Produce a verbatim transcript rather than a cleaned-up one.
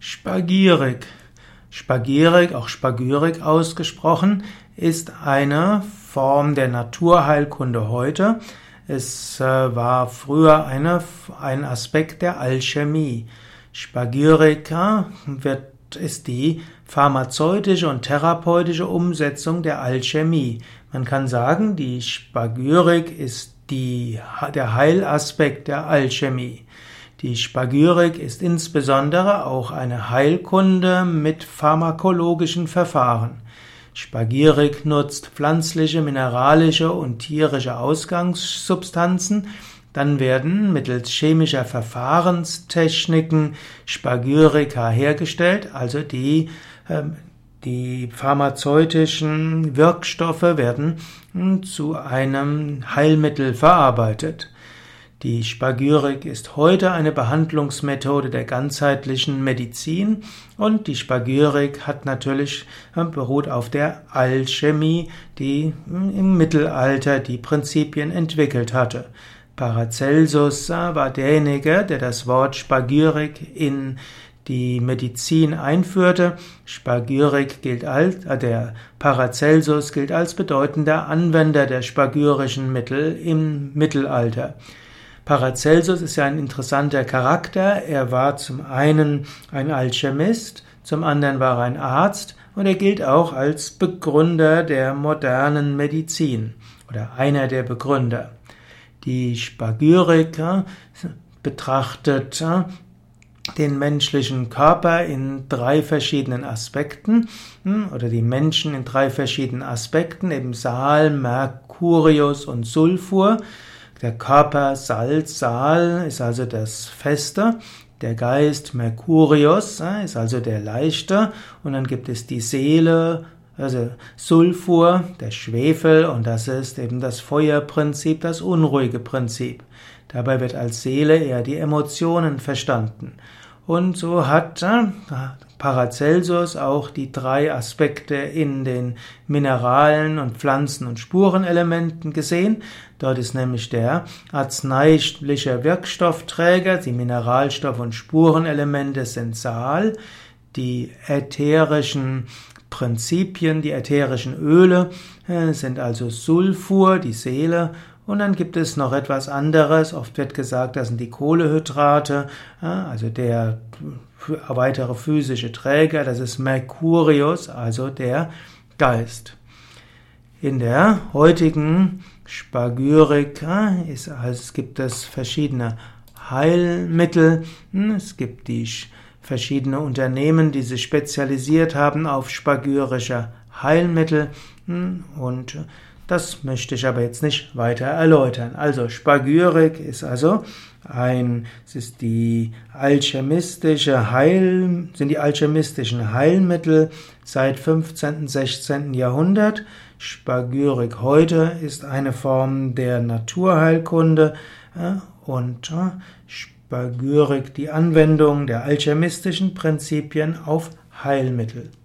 Spagyrik. Spagyrik, auch Spagyrik ausgesprochen, ist eine Form der Naturheilkunde heute. Es äh, war früher eine, ein Aspekt der Alchemie. Spagyrik wird, ist die pharmazeutische und therapeutische Umsetzung der Alchemie. Man kann sagen, die Spagyrik ist die, der Heilaspekt der Alchemie. Die Spagyrik ist insbesondere auch eine Heilkunde mit pharmakologischen Verfahren. Spagyrik nutzt pflanzliche, mineralische und tierische Ausgangssubstanzen. Dann werden mittels chemischer Verfahrenstechniken Spagyrika hergestellt, also die, äh, die pharmazeutischen Wirkstoffe werden zu einem Heilmittel verarbeitet. Die Spagyrik ist heute eine Behandlungsmethode der ganzheitlichen Medizin und die Spagyrik hat natürlich, beruht auf der Alchemie, die im Mittelalter die Prinzipien entwickelt hatte. Paracelsus war derjenige, der das Wort Spagyrik in die Medizin einführte. Spagyrik gilt als, äh, der Paracelsus gilt als bedeutender Anwender der spagyrischen Mittel im Mittelalter. Paracelsus ist ja ein interessanter Charakter. Er war zum einen ein Alchemist, zum anderen war er ein Arzt und er gilt auch als Begründer der modernen Medizin oder einer der Begründer. Die Spagyrik betrachtet den menschlichen Körper in drei verschiedenen Aspekten oder die Menschen in drei verschiedenen Aspekten, eben Sal, Mercurius und Sulfur. Der Körper Salz, Sal ist also das Feste, der Geist Mercurius ist also der Leichte und dann gibt es die Seele, also Sulfur, der Schwefel und das ist eben das Feuerprinzip, das unruhige Prinzip. Dabei wird als Seele eher die Emotionen verstanden. Und so hat Paracelsus auch die drei Aspekte in den Mineralen und Pflanzen- und Spurenelementen gesehen. Dort ist nämlich der arzneiliche Wirkstoffträger, die Mineralstoffe und Spurenelemente sind Sal, die ätherischen Prinzipien, die ätherischen Öle sind also Sulfur, die Seele. Und dann gibt es noch etwas anderes. Oft wird gesagt, das sind die Kohlenhydrate, also der weitere physische Träger, das ist Mercurius, also der Geist. In der heutigen Spagyrik ist, also es gibt es verschiedene Heilmittel. Es gibt die verschiedene Unternehmen, die sich spezialisiert haben auf spagyrische Heilmittel und das möchte ich aber jetzt nicht weiter erläutern. Also Spagyrik ist also ein, es ist die alchemistische Heil, sind die alchemistischen Heilmittel seit fünfzehnten, sechzehnten Jahrhundert. Spagyrik heute ist eine Form der Naturheilkunde und Spagyrik die Anwendung der alchemistischen Prinzipien auf Heilmittel.